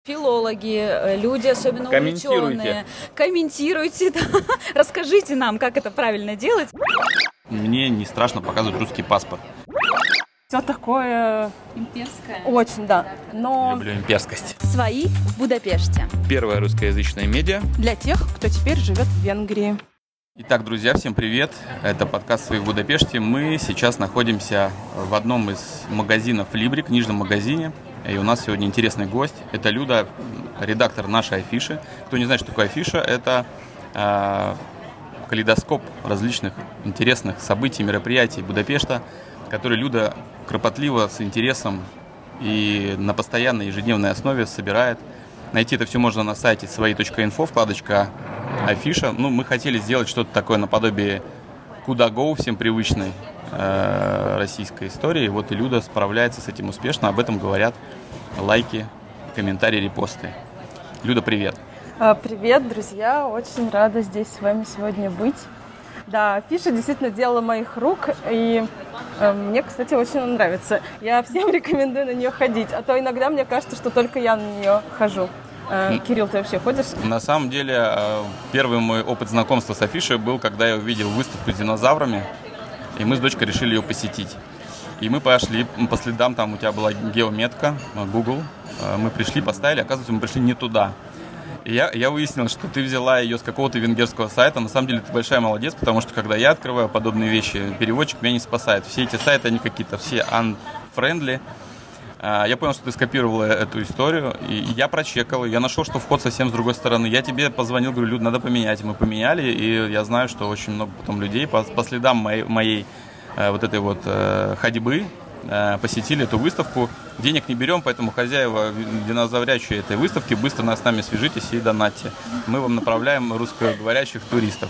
Филологи, люди особенно увлеченные. Комментируйте, да. Расскажите нам, как это правильно делать. Мне не страшно показывать русский паспорт. Все такое... Имперское. Очень, да. Но... Люблю имперскость. Свои в Будапеште. Первое русскоязычное медиа. Для тех, кто теперь живет в Венгрии. Итак, друзья, всем привет. Это подкаст «Свои в Будапеште». Мы сейчас находимся в одном из магазинов Libri, книжном магазине. И у нас сегодня интересный гость. Это Люда, редактор нашей афиши. Кто не знает, что такое афиша, это калейдоскоп различных интересных событий, мероприятий Будапешта, которые Люда кропотливо, с интересом и на постоянной ежедневной основе собирает. Найти это все можно на сайте свои.инфо, вкладочка афиша. Мы хотели сделать что-то такое наподобие Куда Go, всем привычной российской истории. Вот и Люда справляется с этим успешно. Об этом говорят лайки, комментарии, репосты. Люда, привет. Привет, друзья. Очень рада здесь с вами сегодня быть. Да, афиша действительно дело моих рук. И мне, кстати, очень нравится. Я всем рекомендую на нее ходить. А то иногда мне кажется, что только я на нее хожу. Кирилл, ты вообще ходишь? На самом деле, первый мой опыт знакомства с афишей был, когда я увидел выставку с динозаврами, и мы с дочкой решили ее посетить. И мы пошли по следам, там у тебя была геометка, Google. Мы пришли, поставили, оказывается, мы пришли не туда. И я выяснил, что ты взяла ее с какого-то венгерского сайта. На самом деле ты большая молодец, потому что когда я открываю подобные вещи, переводчик меня не спасает. Все эти сайты, они какие-то все unfriendly. Я понял, что ты скопировала эту историю, и я прочекал, я нашел, что вход совсем с другой стороны. Я тебе позвонил, говорю, Люд, надо поменять. Мы поменяли, и я знаю, что очень много потом людей по следам моей вот этой вот ходьбы посетили эту выставку. Денег не берем, поэтому хозяева динозаврячие этой выставки, быстро с нами свяжитесь и донатьте. Мы вам направляем русскоговорящих туристов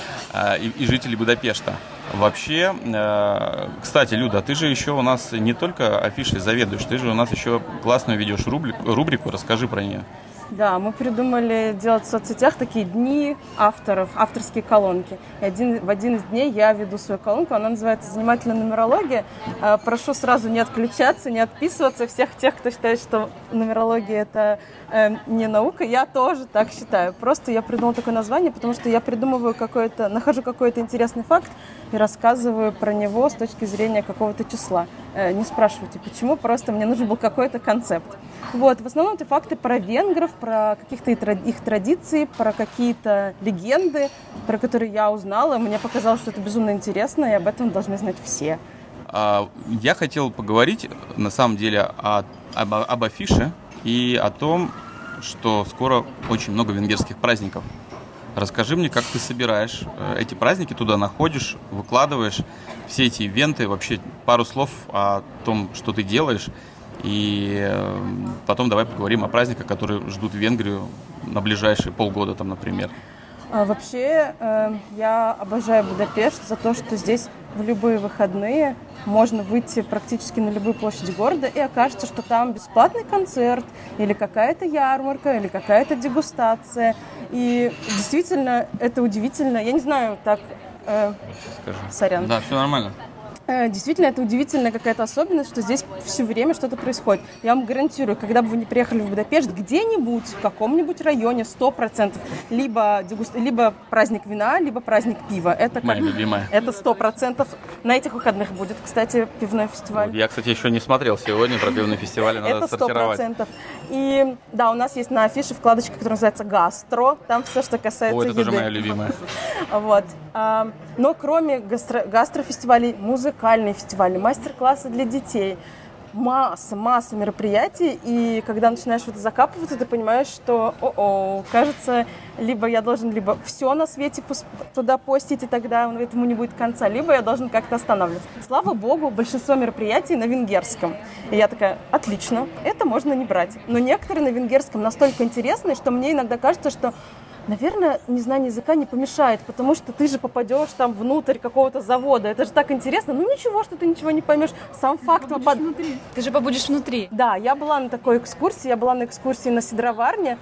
и жителей Будапешта. Вообще, кстати, Люда, ты же еще у нас не только афишей заведуешь, ты же у нас еще классную ведешь рубрику, расскажи про нее. Да, мы придумали делать в соцсетях такие дни авторов, авторские колонки. И в один из дней я веду свою колонку, она называется «Занимательная нумерология». Прошу сразу не отключаться, не отписываться всех тех, кто считает, что нумерология – это не наука. Я тоже так считаю. Просто я придумала такое название, потому что я нахожу какой-то интересный факт и рассказываю про него с точки зрения какого-то числа. Не спрашивайте, почему, просто мне нужен был какой-то концепт. Вот, в основном это факты про венгров, про каких-то их традиции, про какие-то легенды, про которые я узнала. Мне показалось, что это безумно интересно, и об этом должны знать все. Я хотел поговорить, на самом деле, об афише и о том, что скоро очень много венгерских праздников. Расскажи мне, как ты собираешь эти праздники, туда находишь, выкладываешь все эти ивенты, вообще пару слов о том, что ты делаешь. И потом давай поговорим о праздниках, которые ждут Венгрию на ближайшие полгода, там, например. Вообще, я обожаю Будапешт за то, что здесь в любые выходные можно выйти практически на любую площадь города, и окажется, что там бесплатный концерт, или какая-то ярмарка, или какая-то дегустация. И действительно, это удивительно. Я не знаю, так... Скажи. Сорян. Да, все нормально. Действительно, это удивительная какая-то особенность, что здесь все время что-то происходит. Я вам гарантирую, когда бы вы не приехали в Будапешт, где-нибудь, в каком-нибудь районе 100%, либо праздник вина, либо праздник пива. Это моя любимая. Это 100%. На этих выходных будет, кстати, пивной фестиваль. Я, кстати, еще не смотрел сегодня про пивный фестиваль, надо сортировать. Это 100%. И да, у нас есть на афише вкладочка, которая называется «Гастро». Там все, что касается еды. Это тоже моя любимая. Вот. Но кроме гастрофестивалей, музыкальные фестивали, мастер-классы для детей, масса мероприятий, и когда начинаешь в это закапываться, ты понимаешь, что, кажется, либо я должен все на свете туда постить, и тогда этому не будет конца, либо я должен как-то останавливаться. Слава богу, большинство мероприятий на венгерском. И я такая, отлично, это можно не брать. Но некоторые на венгерском настолько интересные, что мне иногда кажется, что наверное, незнание языка не помешает, потому что ты же попадешь там внутрь какого-то завода. Это же так интересно. Ничего, что ты ничего не поймешь. Сам факт... Ты же побудешь внутри. Да, я была на такой экскурсии. Я была на экскурсии на сидроварне.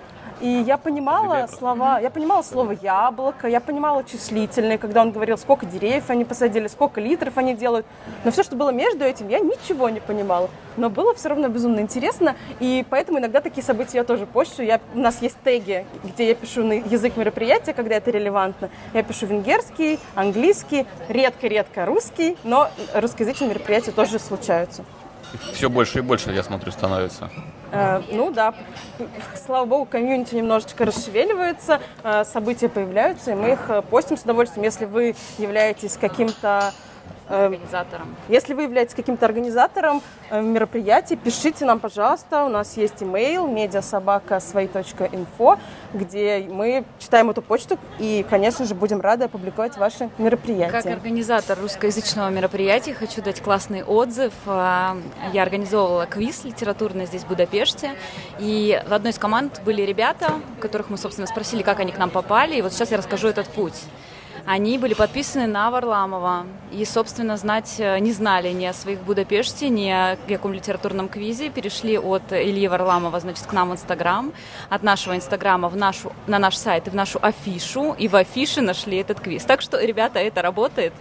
И я понимала слово «яблоко», я понимала числительные, когда он говорил, сколько деревьев они посадили, сколько литров они делают. Но все, что было между этим, я ничего не понимала. Но было все равно безумно интересно, и поэтому иногда такие события я тоже пощу. У нас есть теги, где я пишу на язык мероприятия, когда это релевантно. Я пишу венгерский, английский, редко-редко русский, но русскоязычные мероприятия тоже случаются. Все больше и больше, я смотрю, становится. Ну да, слава богу, комьюнити немножечко расшевеливается, события появляются, и мы их постим с удовольствием. Если вы являетесь каким-то организатором. Если вы являетесь каким-то организатором мероприятий, пишите нам, пожалуйста. У нас есть имейл media@svoi.info, где мы читаем эту почту и, конечно же, будем рады опубликовать ваши мероприятия. Как организатор русскоязычного мероприятия хочу дать классный отзыв. Я организовывала квиз литературный здесь, в Будапеште, и в одной из команд были ребята, которых мы, собственно, спросили, как они к нам попали, и вот сейчас я расскажу этот путь. Они были подписаны на Варламова и, собственно, не знали ни о своих в Будапеште, ни о каком литературном квизе. Перешли от Ильи Варламова, к нам в Инстаграм, от нашего Инстаграма на наш сайт и в нашу афишу, и в афише нашли этот квиз. Так что, ребята, это работает.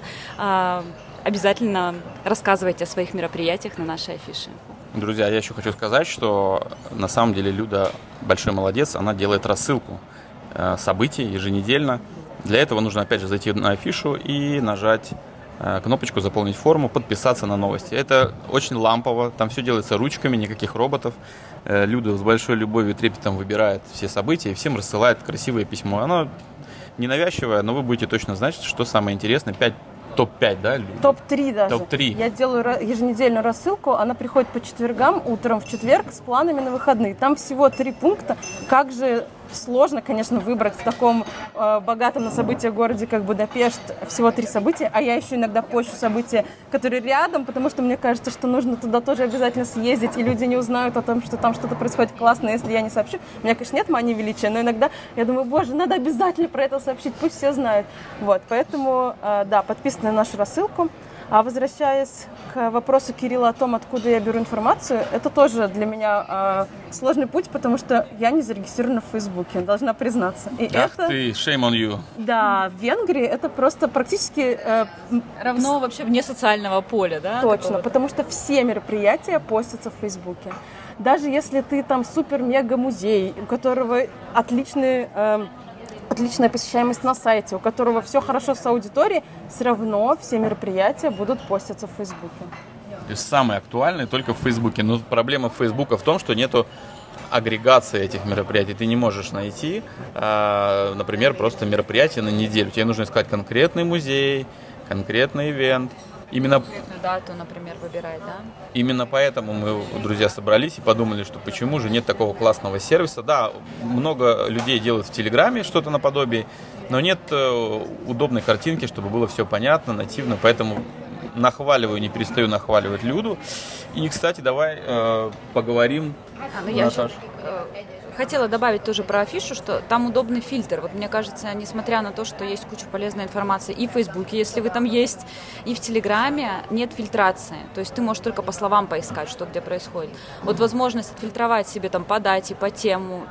Обязательно рассказывайте о своих мероприятиях на нашей афише. Друзья, я еще хочу сказать, что на самом деле Люда большой молодец, она делает рассылку событий еженедельно. Для этого нужно, опять же, зайти на афишу и нажать кнопочку «Заполнить форму», подписаться на новости. Это очень лампово, там все делается ручками, никаких роботов. Люда с большой любовью и трепетом выбирает все события и всем рассылает красивое письмо. Оно ненавязчивое, но вы будете точно знать, что самое интересное. Топ-5, да? Топ-3 даже. Топ-3. Я делаю еженедельную рассылку, она приходит по четвергам, утром в четверг с планами на выходные. Там всего 3 пункта. Как же сложно, конечно, выбрать в таком богатом на события городе, как Будапешт, всего 3 события, а я еще иногда пощу события, которые рядом, потому что мне кажется, что нужно туда тоже обязательно съездить, и люди не узнают о том, что там что-то происходит классное, если я не сообщу. У меня, конечно, нет мании величия, но иногда я думаю, боже, надо обязательно про это сообщить, пусть все знают. Вот, поэтому, да, подписывайтесь на нашу рассылку. А возвращаясь к вопросу Кирилла о том, откуда я беру информацию, это тоже для меня сложный путь, потому что я не зарегистрирована в Фейсбуке, должна признаться. И Ах ты, shame on you. Да, в Венгрии это просто практически... равно вообще вне социального поля, да? Точно, такого-то? потому что все мероприятия постятся в Фейсбуке. Даже если ты там супер-мега-музей, у которого отличная посещаемость на сайте, у которого все хорошо с аудиторией, все равно все мероприятия будут поститься в Фейсбуке. То есть самые актуальные только в Фейсбуке. Но проблема Фейсбука в том, что нету агрегации этих мероприятий. Ты не можешь найти, например, просто мероприятие на неделю. Тебе нужно искать конкретный музей, конкретный ивент. Именно дату, например, выбирать, да? Именно поэтому мы, друзья, собрались и подумали, что почему же нет такого классного сервиса. Да, много людей делают в Телеграме что-то наподобие, но нет удобной картинки, чтобы было все понятно, нативно. Поэтому не перестаю нахваливать Люду. И, кстати, давай поговорим. Наташа. Хотела добавить тоже про афишу, что там удобный фильтр. Вот мне кажется, несмотря на то, что есть куча полезной информации и в Фейсбуке, если вы там есть, и в Телеграме, нет фильтрации. То есть ты можешь только по словам поискать, что где происходит. Вот возможность отфильтровать себе там по дате, по теме,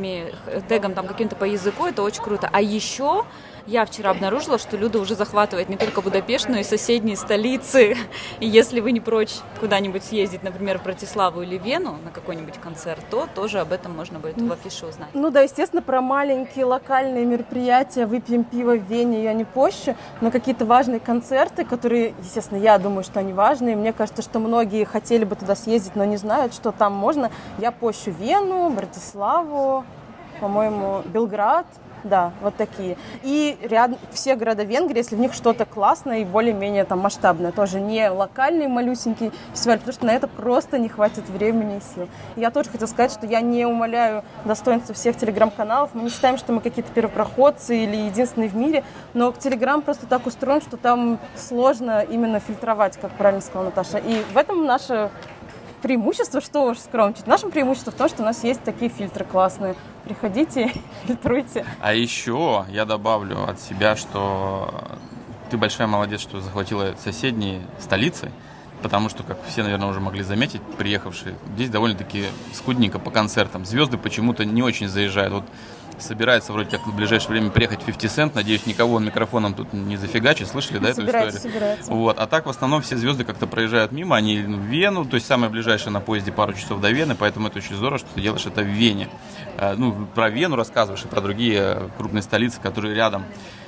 тегам там каким-то по языку, это очень круто. А еще я вчера обнаружила, что Люда уже захватывает не только Будапешт, но и соседние столицы. И если вы не прочь куда-нибудь съездить, например, в Братиславу или Вену на какой-нибудь концерт, то тоже об этом можно будет в афише узнать. Ну да, естественно, про маленькие локальные мероприятия, выпьем пиво в Вене, я не пощу, но какие-то важные концерты, которые, естественно, я думаю, что они важные. Мне кажется, что многие хотели бы туда съездить, но не знают, что там можно. Я пощу Вену, Братиславу, по-моему, Белград. Да, вот такие. И рядом все города Венгрии, если в них что-то классное и более-менее там масштабное, тоже не локальный малюсенький фестиваль, потому что на это просто не хватит времени и сил. И я тоже хотела сказать, что я не умаляю достоинства всех телеграм-каналов. Мы не считаем, что мы какие-то первопроходцы или единственные в мире, но телеграм просто так устроен, что там сложно именно фильтровать, как правильно сказала Наташа. И в этом наше преимущество, что уж скромничать. Наше преимущество в том, что у нас есть такие фильтры классные. Приходите, фильтруйте. А еще я добавлю от себя, что ты большая молодец, что захватила соседние столицы. потому что, как все, наверное, уже могли заметить, приехавшие, здесь довольно-таки скудненько по концертам. Звезды почему-то не очень заезжают. Вот собирается вроде как в ближайшее время приехать 50 Cent. Надеюсь, никого он микрофоном тут не зафигачит. Слышали, да, эту историю? Собирается. Вот. А так, в основном, все звезды как-то проезжают мимо. Они в Вену, то есть самое ближайшее на поезде пару часов до Вены, поэтому это очень здорово, что ты делаешь это в Вене. Про Вену рассказываешь и про другие крупные столицы, которые рядом.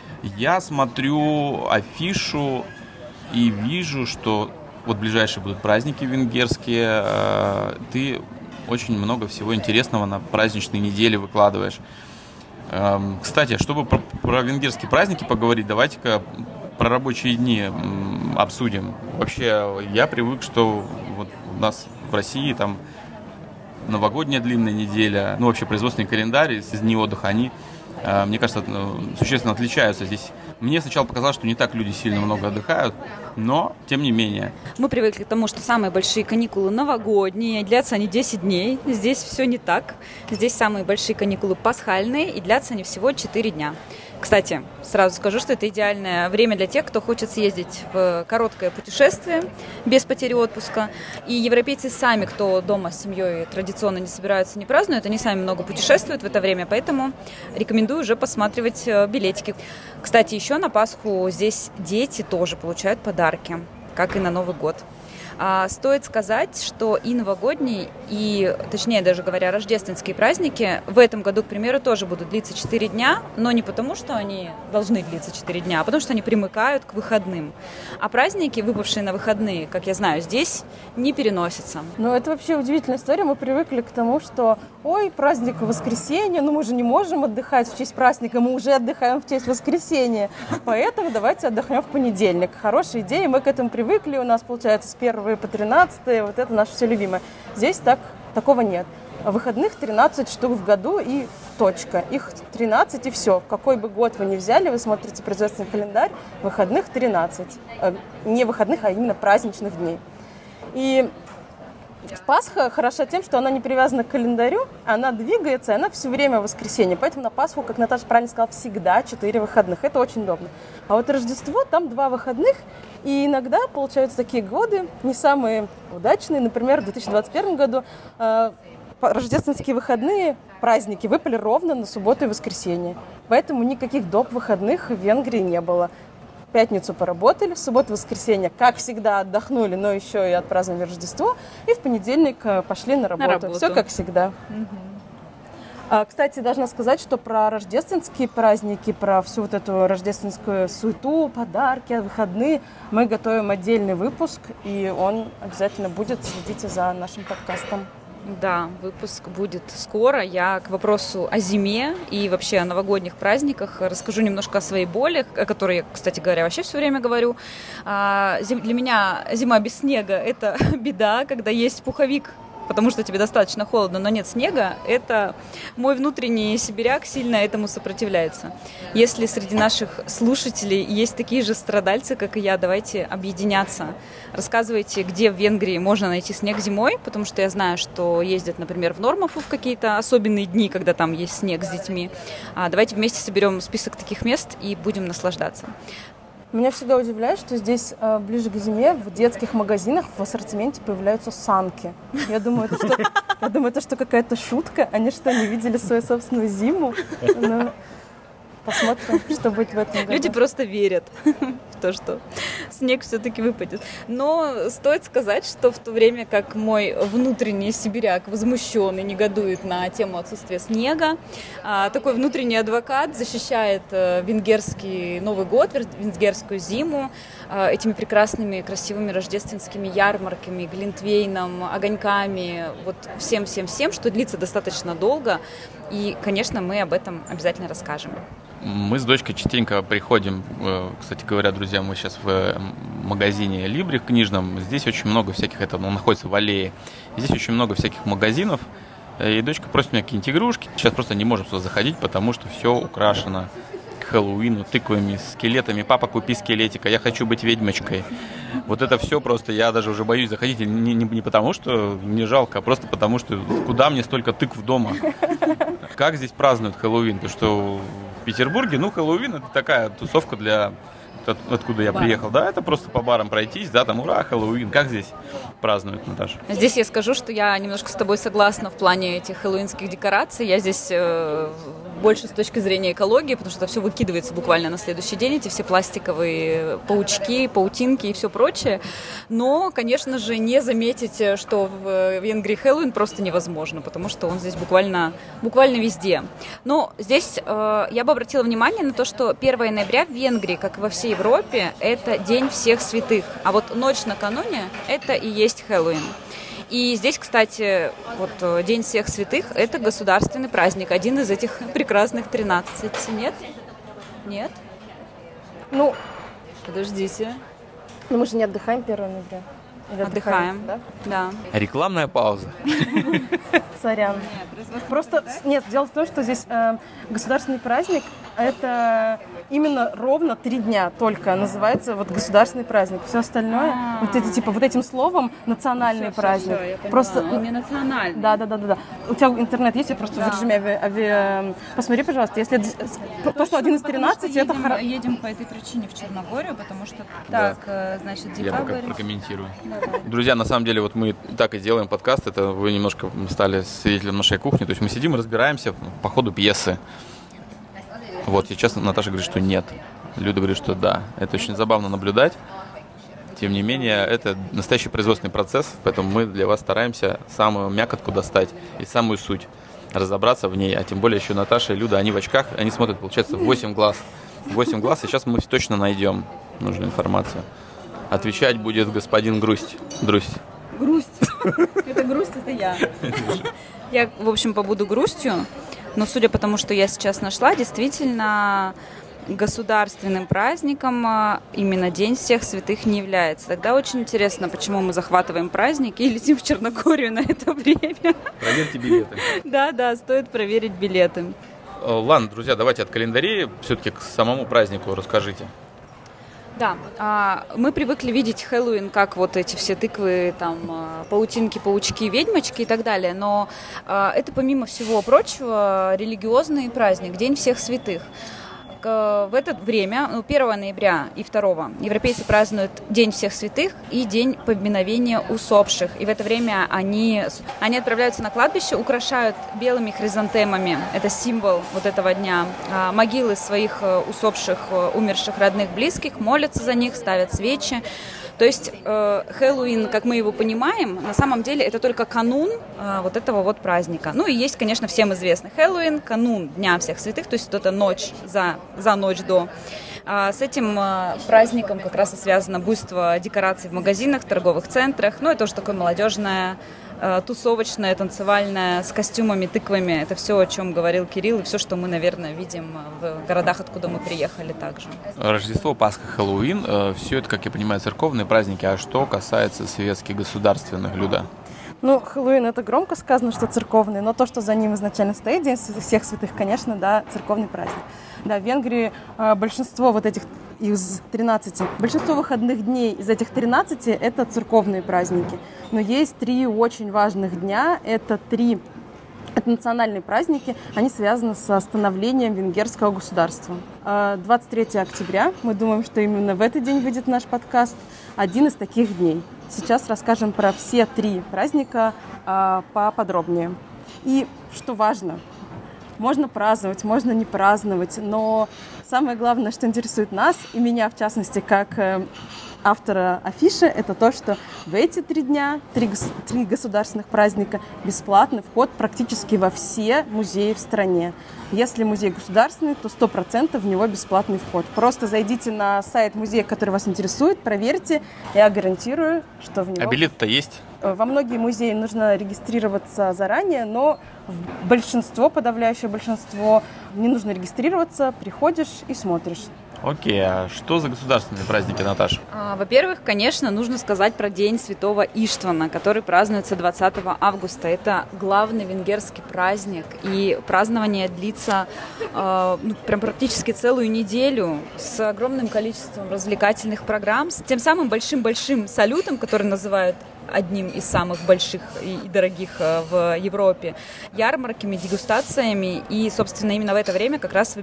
Я смотрю афишу и вижу, что вот ближайшие будут праздники венгерские. Ты очень много всего интересного на праздничные недели выкладываешь. Кстати, чтобы про венгерские праздники поговорить, давайте-ка про рабочие дни обсудим. Вообще, я привык, что вот у нас в России там новогодняя длинная неделя, вообще производственный календарь, дни отдыха, они, мне кажется, существенно отличаются здесь. Мне сначала показалось, что не так люди сильно много отдыхают, но тем не менее. Мы привыкли к тому, что самые большие каникулы новогодние, длятся они 10 дней. Здесь все не так. Здесь самые большие каникулы пасхальные, и длятся они всего 4 дня. Кстати, сразу скажу, что это идеальное время для тех, кто хочет съездить в короткое путешествие без потери отпуска. И европейцы сами, кто дома с семьей традиционно не собираются, не празднуют, они сами много путешествуют в это время, поэтому рекомендую уже посматривать билетики. Кстати, еще на Пасху здесь дети тоже получают подарки, как и на Новый год. Стоит сказать, что и новогодние, и, точнее даже говоря, рождественские праздники в этом году, к примеру, тоже будут длиться 4 дня, но не потому, что они должны длиться 4 дня, а потому, что они примыкают к выходным. А праздники, выпавшие на выходные, как я знаю, здесь не переносятся. Ну, это вообще удивительная история. Мы привыкли к тому, что, праздник в воскресенье, мы же не можем отдыхать в честь праздника, мы уже отдыхаем в честь воскресенья. Поэтому давайте отдохнем в понедельник. Хорошая идея, мы к этому привыкли, у нас получается с 1 по 13, вот это наше все любимое. Здесь такого нет. Выходных 13 штук в году и точка. Их 13 и все. В какой бы год вы ни взяли, вы смотрите производственный календарь, выходных 13. Не выходных, а именно праздничных дней. И Пасха хороша тем, что она не привязана к календарю, она двигается, она все время в воскресенье. Поэтому на Пасху, как Наташа правильно сказала, всегда 4 выходных. Это очень удобно. А вот Рождество, там 2 выходных, и иногда получаются такие годы, не самые удачные. Например, в 2021 году рождественские выходные, праздники выпали ровно на субботу и воскресенье. Поэтому никаких доп. Выходных в Венгрии не было. В пятницу поработали, в субботу, воскресенье, как всегда, отдохнули, но еще и отпраздновали Рождество. И в понедельник пошли на работу. Все как всегда. Кстати, должна сказать, что про рождественские праздники, про всю вот эту рождественскую суету, подарки, выходные мы готовим отдельный выпуск, и он обязательно будет. Следите за нашим подкастом. Да, выпуск будет скоро. Я к вопросу о зиме и вообще о новогодних праздниках расскажу немножко о своей боли, о которой я, кстати говоря, вообще все время говорю. Для меня зима без снега – это беда, когда есть пуховик, потому что тебе достаточно холодно, но нет снега, это мой внутренний сибиряк сильно этому сопротивляется. Если среди наших слушателей есть такие же страдальцы, как и я, давайте объединяться. Рассказывайте, где в Венгрии можно найти снег зимой, потому что я знаю, что ездят, например, в Нормафу в какие-то особенные дни, когда там есть снег с детьми. Давайте вместе соберем список таких мест и будем наслаждаться. Меня всегда удивляет, что здесь ближе к зиме в детских магазинах в ассортименте появляются санки. Я думаю, это что какая-то шутка. Они что, не видели свою собственную зиму? Но посмотрим, что будет в этом году. Люди просто верят в то, что снег все-таки выпадет. Но стоит сказать, что в то время как мой внутренний сибиряк возмущен и негодует на тему отсутствия снега, такой внутренний адвокат защищает венгерский Новый год, венгерскую зиму этими прекрасными, красивыми рождественскими ярмарками, глинтвейном, огоньками, вот всем-всем-всем, что длится достаточно долго. И, конечно, мы об этом обязательно расскажем. Мы с дочкой частенько приходим, кстати говоря, друзья, мы сейчас в магазине Libri книжном, здесь очень много всяких, он находится в аллее, здесь очень много всяких магазинов, и дочка просит меня какие-нибудь игрушки, сейчас просто не можем сюда заходить, потому что все украшено к Хэллоуину, тыквами, скелетами, папа, купи скелетика, я хочу быть ведьмочкой. Вот это все просто, я даже уже боюсь заходить, не потому что не жалко, а просто потому что куда мне столько тыкв дома? Как здесь празднуют Хэллоуин? Потому что в Петербурге, Хэллоуин — это такая тусовка для откуда я приехал, да, это просто по барам пройтись, да, там ура, Хэллоуин. Как здесь празднуют, Наташа? Здесь я скажу, что я немножко с тобой согласна в плане этих хэллоуинских декораций. Я здесь больше с точки зрения экологии, потому что это все выкидывается буквально на следующий день, эти все пластиковые паучки, паутинки и все прочее. Но, конечно же, не заметить, что в Венгрии Хэллоуин просто невозможно, потому что он здесь буквально везде. Но здесь я бы обратила внимание на то, что 1 ноября в Венгрии, как и во всей Европе, это День всех святых. А вот ночь накануне – это и есть Хэллоуин. И здесь, кстати, вот День всех святых – это государственный праздник, один из этих прекрасных 13. Нет? Нет? Ну, подождите. Ну, мы же не отдыхаем 1 ноября. Или отдыхаем, да. Рекламная пауза. Сорян. Просто, нет, дело в том, что здесь государственный праздник, это именно ровно 3 дня только называется вот государственный праздник. Все остальное, вот эти, типа, вот этим словом национальный праздник. Все, просто он не национальный. Да. У тебя интернет есть? Я просто в режиме Посмотри, пожалуйста, если то, что один из 13, это хорошо. Едем по этой причине в Черногорию, потому что так, значит, декабрь. Я пока прокомментирую. Друзья, на самом деле, вот мы так и делаем подкаст. Это вы немножко стали свидетелем нашей кухни. То есть мы сидим и разбираемся по ходу пьесы. Вот, сейчас Наташа говорит, что нет. Люда говорит, что да. Это очень забавно наблюдать. Тем не менее, это настоящий производственный процесс, поэтому мы для вас стараемся самую мякотку достать и самую суть, разобраться в ней. А тем более еще Наташа и Люда, они в очках, они смотрят, получается, в 8 глаз. 8 глаз, и сейчас мы точно найдем нужную информацию. Отвечать будет господин Грусть. Грусть. Это грусть, это я. Я, в общем, побуду грустью, но судя по тому, что я сейчас нашла, действительно государственным праздником именно День всех святых не является. Тогда очень интересно, почему мы захватываем праздник и летим в Черногорию на это время. Проверьте билеты. Да, стоит проверить билеты. Ладно, друзья, давайте от календарей все-таки к самому празднику расскажите. Да, мы привыкли видеть Хэллоуин как вот эти все тыквы, там, паутинки, паучки, ведьмочки и так далее, но это, помимо всего прочего, религиозный праздник, День всех святых. В это время, 1 ноября и 2 европейцы празднуют День всех святых и День поминовения усопших. И в это время они отправляются на кладбище, украшают белыми хризантемами, это символ вот этого дня, могилы своих усопших, умерших родных, близких, молятся за них, ставят свечи. То есть Хэллоуин, как мы его понимаем, на самом деле это только канун вот этого вот праздника. Ну и есть, конечно, всем известный Хэллоуин, канун Дня всех святых, то есть вот эта ночь за ночь до. С этим праздником как раз и связано буйство декораций в магазинах, торговых центрах. Ну, это уже такое молодежное, тусовочное, танцевальное, с костюмами, тыквами. Это все, о чем говорил Кирилл, и все, что мы, наверное, видим в городах, откуда мы приехали также. Рождество, Пасха, Хэллоуин – все это, как я понимаю, церковные праздники. А что касается светских, государственных, Люда? Ну, Хэллоуин — это громко сказано, что церковный, но то, что за ним изначально стоит, День всех святых, конечно, да, церковный праздник. Да, в Венгрии большинство вот этих из 13, большинство выходных дней из этих 13 — это церковные праздники. Но есть 3 очень важных дня, это национальные праздники, они связаны со становлением венгерского государства. 23 октября, мы думаем, что именно в этот день выйдет наш подкаст, один из таких дней. Сейчас расскажем про все 3 праздника поподробнее. И что важно, можно праздновать, можно не праздновать, но самое главное, что интересует нас, и меня в частности, как автора афиши, это то, что в эти 3 дня, 3 государственных праздника, бесплатный вход практически во все музеи в стране. Если музей государственный, то 100% в него бесплатный вход. Просто зайдите на сайт музея, который вас интересует, проверьте, я гарантирую, что в него... А билет-то есть? Во многие музеи нужно регистрироваться заранее, но в большинство, подавляющее большинство, не нужно регистрироваться, приходишь и смотришь. Окей, а что за государственные праздники, Наташа? Во-первых, конечно, нужно сказать про День Святого Иштвана, который празднуется 20 августа. Это главный венгерский праздник, и празднование длится прям практически целую неделю с огромным количеством развлекательных программ, с тем самым большим-большим салютом, который называют одним из самых больших и дорогих в Европе, ярмарками, дегустациями. И, собственно, именно в это время как раз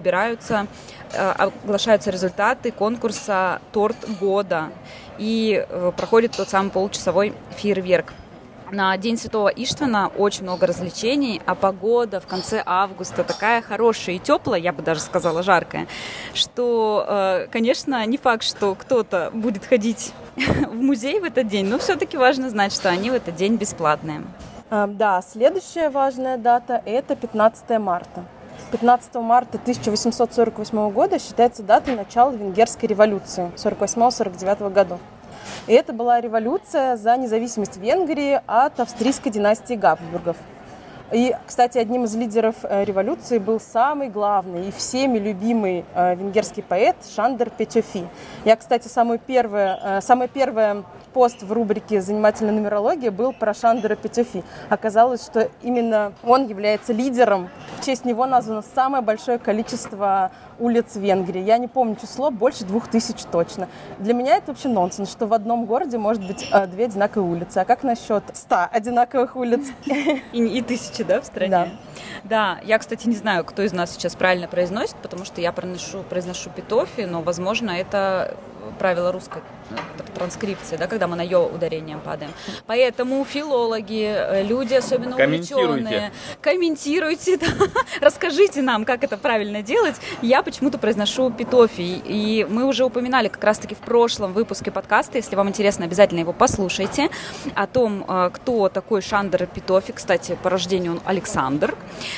оглашаются результаты конкурса «Торт года». И проходит тот самый получасовой фейерверк. На День Святого Иштвана очень много развлечений, а погода в конце августа такая хорошая и теплая, я бы даже сказала жаркая, что, конечно, не факт, что кто-то будет ходить в музей в этот день, но все-таки важно знать, что они в этот день бесплатные. Да, следующая важная дата – это 15 марта. 15 марта 1848 года считается датой начала Венгерской революции 48-49 годов. И это была революция за независимость Венгрии от австрийской династии Габсбургов. И, кстати, одним из лидеров революции был самый главный и всеми любимый венгерский поэт Шандор Петёфи. Я, кстати, самый первый пост в рубрике «Занимательная нумерология» был про Шандора Петёфи. Оказалось, что именно он является лидером. В честь него названо самое большое количество улиц Венгрии. Я не помню число, больше 2000 точно. Для меня это вообще нонсенс, что в одном городе может быть две одинаковые улицы. А как насчет 100 одинаковых улиц? И 1000, да, в стране? Да. Да, я, кстати, не знаю, кто из нас сейчас правильно произносит, потому что я произношу Петофи, но, возможно, это правило русской транскрипции, да, когда мы на «ё» ударением падаем. Поэтому филологи, люди особенно увлеченные, комментируйте, да, расскажите нам, как это правильно делать. Я почему-то произношу Петофи, и мы уже упоминали как раз-таки в прошлом выпуске подкаста, если вам интересно, обязательно его послушайте, о том, кто такой Шандор Петофи. Кстати, по рождению он Александр.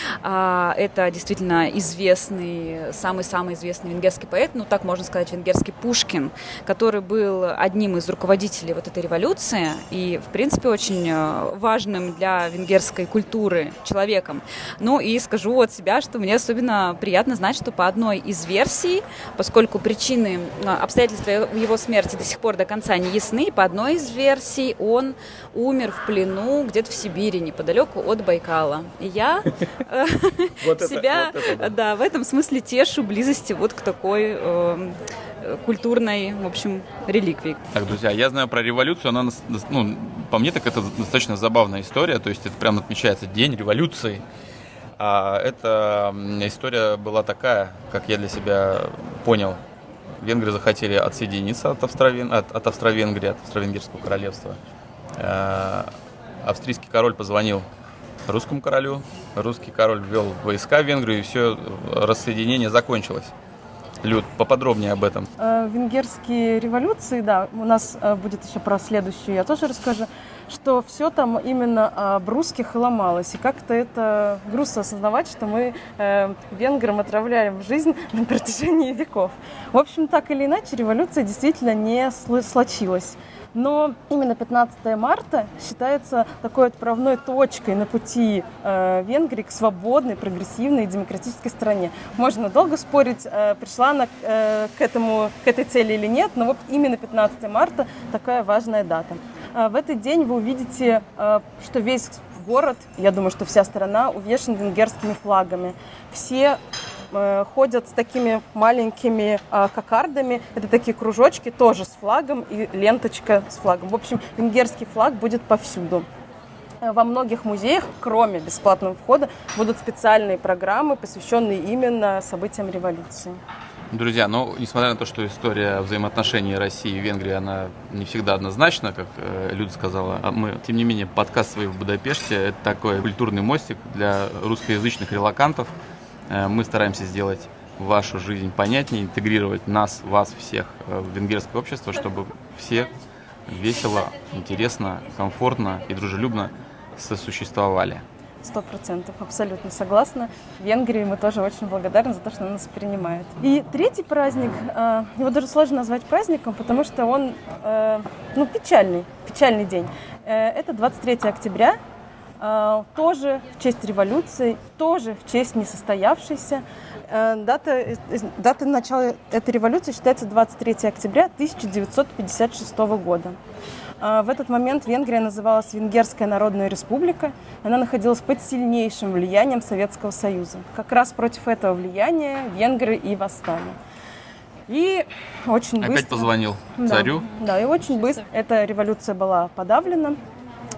Это действительно известный, самый-самый известный венгерский поэт, ну так можно сказать, венгерский Пушкин, который был одним из руководителей вот этой революции и, в принципе, очень важным для венгерской культуры человеком. Ну и скажу от себя, что мне особенно приятно знать, что по одной из версий, поскольку причины, обстоятельства его смерти до сих пор до конца не ясны, по одной из версий он умер в плену где-то в Сибири, неподалеку от Байкала. И я себя в этом смысле тешу близости вот к такой культурной, в общем, реликвии. Так, друзья, я знаю про революцию, она, ну, по мне, так это достаточно забавная история, то есть это прям отмечается День революции. А эта история была такая, как я для себя понял. Венгры захотели отсоединиться от Австро-Венгрии, от Австро-Венгерского королевства. Австрийский король позвонил русскому королю, русский король ввел войска в Венгрию, и все, рассоединение закончилось. Люд, поподробнее об этом. Венгерские революции, да, у нас будет еще про следующую, я тоже расскажу, что все там именно об русских и ломалось. И как-то это грустно осознавать, что мы венграм отравляем жизнь на протяжении веков. В общем, так или иначе, революция действительно не случилась. Но именно 15 марта считается такой отправной точкой на пути Венгрии к свободной, прогрессивной и демократической стране. Можно долго спорить, пришла она к этой цели или нет, но вот именно 15 марта такая важная дата. В этот день вы увидите, что весь город, я думаю, что вся страна увешан венгерскими флагами. Все ходят с такими маленькими кокардами. Это такие кружочки тоже с флагом и ленточка с флагом. В общем, венгерский флаг будет повсюду. Во многих музеях, кроме бесплатного входа, будут специальные программы, посвященные именно событиям революции. Друзья, ну, несмотря на то, что история взаимоотношений России и Венгрии, она не всегда однозначна, как Люда сказала, мы, тем не менее, подкаст свой в Будапеште, это такой культурный мостик для русскоязычных релокантов. Мы стараемся сделать вашу жизнь понятнее, интегрировать нас, вас всех в венгерское общество, чтобы все весело, интересно, комфортно и дружелюбно сосуществовали. 100%, абсолютно согласна. В Венгрии мы тоже очень благодарны за то, что она нас принимает. И третий праздник, его даже сложно назвать праздником, потому что он печальный день. Это 23 октября. Тоже в честь революции, тоже в честь несостоявшейся. Дата начала этой революции считается 23 октября 1956 года. В этот момент Венгрия называлась Венгерская Народная Республика. Она находилась под сильнейшим влиянием Советского Союза. Как раз против этого влияния венгры и восстали. И очень быстро... Опять позвонил царю. Да, и очень быстро эта революция была подавлена.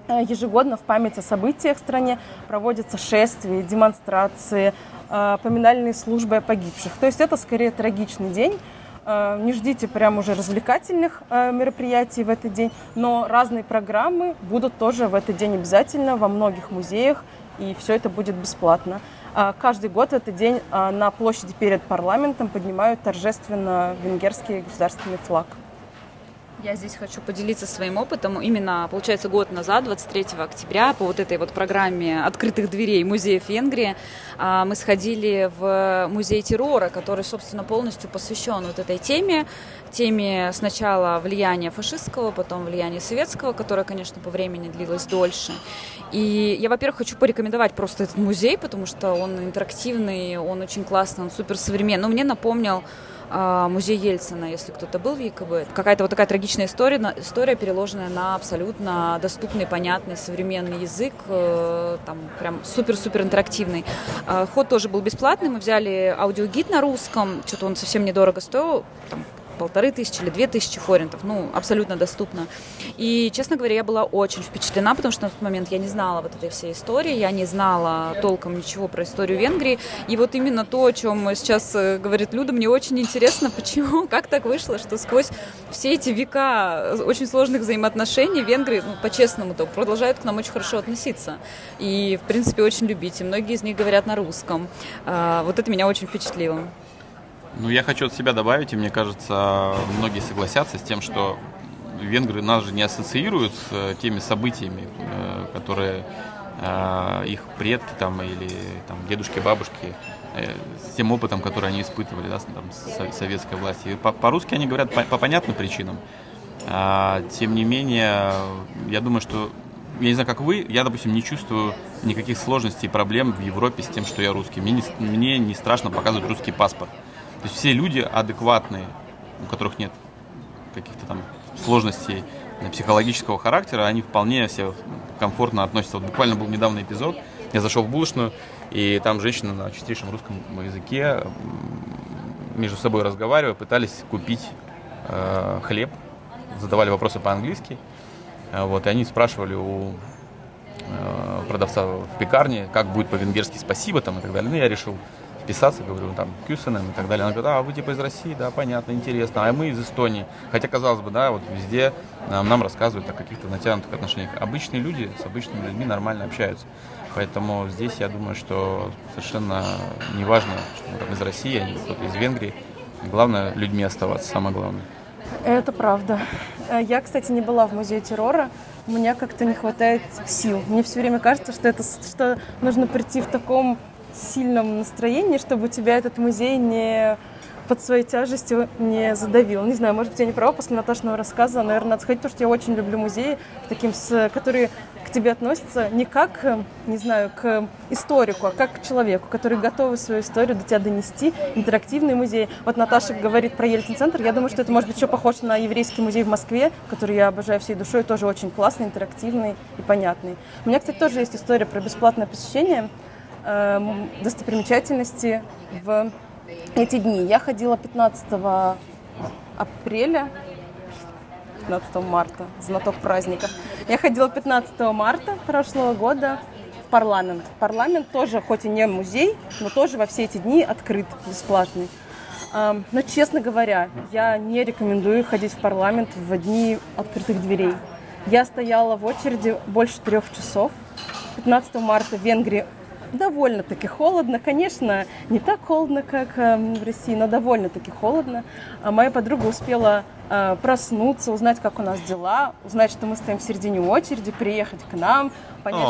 Ежегодно в память о событиях в стране проводятся шествия, демонстрации, поминальные службы о погибших. То есть это скорее трагичный день. Не ждите прям уже развлекательных мероприятий в этот день, но разные программы будут тоже в этот день обязательно во многих музеях, и все это будет бесплатно. Каждый год в этот день на площади перед парламентом поднимают торжественно венгерский государственный флаг. Я здесь хочу поделиться своим опытом. Именно, получается, год назад, 23 октября, по вот этой вот программе открытых дверей музеев Венгрии, мы сходили в музей террора, который, собственно, полностью посвящен вот этой теме сначала влияния фашистского, потом влияния советского, которое, конечно, по времени длилось дольше. И я, во-первых, хочу порекомендовать просто этот музей, потому что он интерактивный, он очень классный, он суперсовременный. Но мне напомнил музей Ельцина, если кто-то был в ЕКБ. Какая-то вот такая трагичная история, переложенная на абсолютно доступный, понятный, современный язык, там прям супер-супер интерактивный. Вход тоже был бесплатный, мы взяли аудиогид на русском, что-то он совсем недорого стоил, там, 1500 или 2000 форинтов, абсолютно доступно. И, честно говоря, я была очень впечатлена, потому что на тот момент я не знала вот этой всей истории, я не знала толком ничего про историю Венгрии. И вот именно то, о чем сейчас говорит Люда, мне очень интересно, почему, как так вышло, что сквозь все эти века очень сложных взаимоотношений Венгры, по-честному, продолжают к нам очень хорошо относиться. И, в принципе, очень любить. И многие из них говорят на русском. Вот это меня очень впечатлило. Я хочу от себя добавить, и мне кажется, многие согласятся с тем, что венгры нас же не ассоциируют с теми событиями, которые их предки там, или там, дедушки, бабушки, с тем опытом, который они испытывали, да, там, с советской властью. По-русски они говорят по понятным причинам. Тем не менее, я думаю, что, я не знаю, как вы, я, допустим, не чувствую никаких сложностей и проблем в Европе с тем, что я русский. Мне не страшно показывать русский паспорт. То есть все люди адекватные, у которых нет каких-то там сложностей психологического характера, они вполне все комфортно относятся. Вот буквально был недавно эпизод, я зашел в булочную, и там женщины на чистейшем русском языке между собой разговаривая, пытались купить хлеб, задавали вопросы по-английски, и они спрашивали у продавца в пекарне, как будет по-венгерски «спасибо» там, и так далее. Я решил вписаться, говорю, там, Кюсенен и так далее. Она говорит, вы типа из России, да, понятно, интересно, а мы из Эстонии. Хотя, казалось бы, да, вот везде нам рассказывают о каких-то натянутых отношениях. Обычные люди с обычными людьми нормально общаются. Поэтому здесь я думаю, что совершенно не важно, что мы там из России, а не кто-то из Венгрии. Главное, людьми оставаться, самое главное. Это правда. Я, кстати, не была в музее террора. У меня как-то не хватает сил. Мне все время кажется, что нужно прийти в таком сильном настроении, чтобы тебя этот музей не под своей тяжестью не задавил. Не знаю, может быть, я не права, после Наташиного рассказа, наверное, надо сходить, потому что я очень люблю музеи, которые к тебе относятся не как, не знаю, к историку, а как к человеку, который готовы свою историю до тебя донести. Интерактивный музей. Вот Наташа говорит про Ельцин-центр. Я думаю, что это может быть еще похоже на еврейский музей в Москве, который я обожаю всей душой, тоже очень классный, интерактивный и понятный. У меня, кстати, тоже есть история про бесплатное посещение достопримечательности в эти дни. Я ходила 15 апреля, 15 марта, знаток праздников. Я ходила 15 марта прошлого года в парламент. Парламент тоже, хоть и не музей, но тоже во все эти дни открыт, бесплатный. Но, честно говоря, я не рекомендую ходить в парламент в дни открытых дверей. Я стояла в очереди больше 3 часов. 15 марта в Венгрии довольно-таки холодно. Конечно, не так холодно, как в России, но довольно-таки холодно. Моя подруга успела проснуться, узнать, как у нас дела, узнать, что мы стоим в середине очереди, приехать к нам, понять,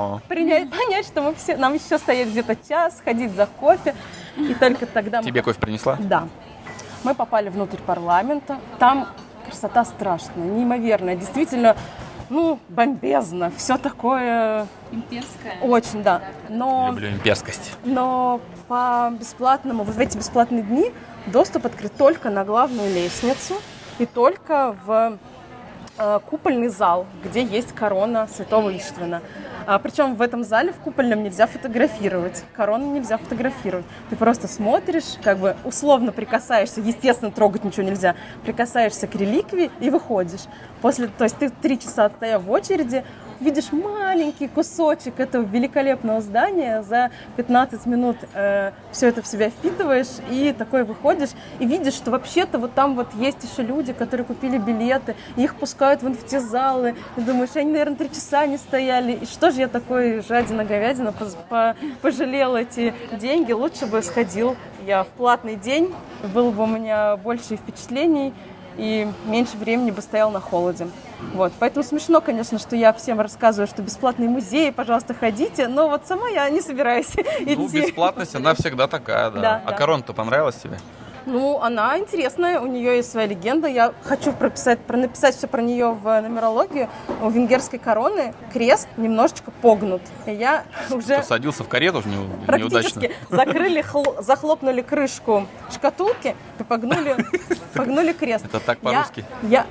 что нам еще стоять где-то час, ходить за кофе. И только тогда Тебе кофе принесла? Да. Мы попали внутрь парламента. Там красота страшная, неимоверная. Действительно, бомбезно. Все такое... Имперское. Очень, да. Люблю имперскость. Но по бесплатному, в эти бесплатные дни доступ открыт только на главную лестницу и только в купольный зал, где есть корона святого Иштвана. Причем в этом зале, в купольном, нельзя фотографировать. Корону нельзя фотографировать. Ты просто смотришь, условно прикасаешься, естественно, трогать ничего нельзя, прикасаешься к реликвии и выходишь. То есть ты 3 часа отстояв в очереди, видишь маленький кусочек этого великолепного здания, за 15 минут все это в себя впитываешь, и такой выходишь, и видишь, что вообще-то вот там вот есть еще люди, которые купили билеты, и их пускают в инфотизалы, и думаешь, они, наверное, 3 часа не стояли, и что же я такой жадина-говядина пожалел эти деньги, лучше бы сходил я в платный день, было бы у меня больше впечатлений, и меньше времени бы стоял на холоде. Вот. Поэтому смешно, конечно, что я всем рассказываю, что бесплатные музеи, пожалуйста, ходите, но вот сама я не собираюсь идти. Ну, бесплатность, она всегда такая, да. А корона-то понравилась тебе? Ну, она интересная, у нее есть своя легенда. Я хочу написать все про нее в нумерологию. У венгерской короны крест немножечко погнут. И я уже... Садился в карету уже неудачно. Захлопнули крышку шкатулки и погнули крест. Это так по-русски? Я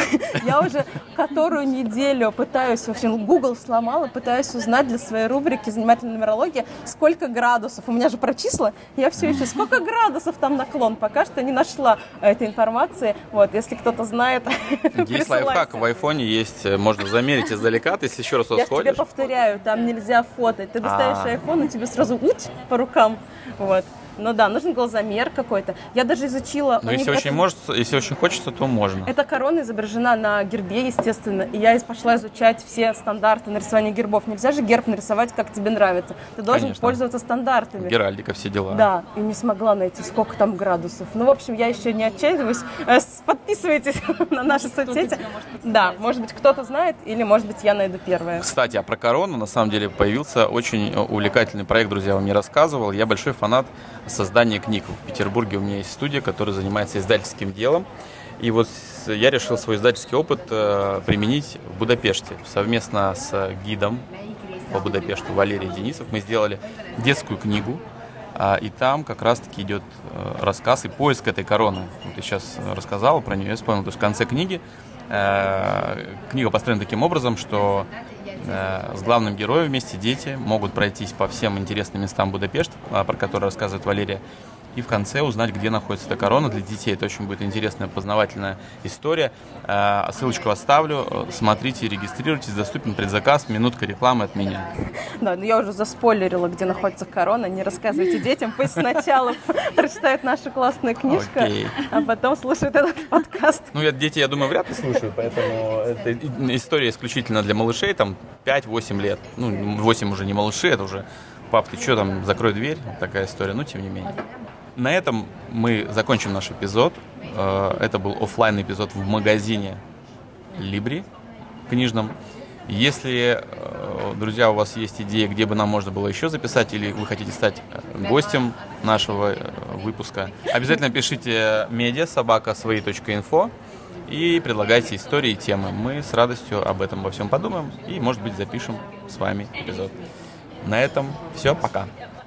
уже которую неделю пытаюсь, в общем, Google сломала, пытаюсь узнать для своей рубрики «Занимательная нумерология», сколько градусов. У меня же про числа, я все ищу, сколько градусов там наклон. Пока что не нашла этой информации. Вот, если кто-то знает, есть лайфхак, в айфоне есть, можно замерить издалека, ты если еще раз сходишь. Я тебе повторяю, там нельзя фотать. Ты доставишь айфон, и тебе сразу по рукам. Вот. Ну да, нужен глазомер какой-то. Я даже изучила... Но если очень хочется, то можно. Эта корона изображена на гербе, естественно. И я пошла изучать все стандарты нарисования гербов. Нельзя же герб нарисовать, как тебе нравится. Ты должен пользоваться стандартами. Геральдика, все дела. Да, и не смогла найти, сколько там градусов. Ну, в общем, я еще не отчаиваюсь. Подписывайтесь на наши соцсети. Да, может быть, кто-то знает, или, может быть, я найду первое. Кстати, а про корону, на самом деле, появился очень увлекательный проект, друзья, вам не рассказывал. Я большой фанат создания книг. В Петербурге у меня есть студия, которая занимается издательским делом. И вот я решил свой издательский опыт применить в Будапеште. Совместно с гидом по Будапешту Валерием Денисов мы сделали детскую книгу. И там как раз-таки идет рассказ и поиск этой короны. Вот я сейчас рассказал про нее, я вспомнил. То есть в конце книги книга построена таким образом, что с главным героем вместе дети могут пройтись по всем интересным местам Будапешта, про которые рассказывает Валерия, и в конце узнать, где находится эта корона. Для детей это очень будет интересная, познавательная история. Ссылочку оставлю. Смотрите, регистрируйтесь. Доступен предзаказ. Минутка рекламы от меня. Да, но я уже заспойлерила, где находится корона. Не рассказывайте детям. Пусть сначала прочитают нашу классную книжку, а потом слушают этот подкаст. Ну, дети, я думаю, вряд ли слушают, поэтому эта история исключительно для малышей, там 5-8 лет. Ну, 8 уже не малыши, это уже пап, ты что там, закрой дверь. Такая история, но тем не менее. На этом мы закончим наш эпизод. Это был офлайн эпизод в магазине Libri книжном. Если, друзья, у вас есть идеи, где бы нам можно было еще записать, или вы хотите стать гостем нашего выпуска, обязательно пишите media@свои.info и предлагайте истории и темы. Мы с радостью об этом во всем подумаем и, может быть, запишем с вами эпизод. На этом все, пока.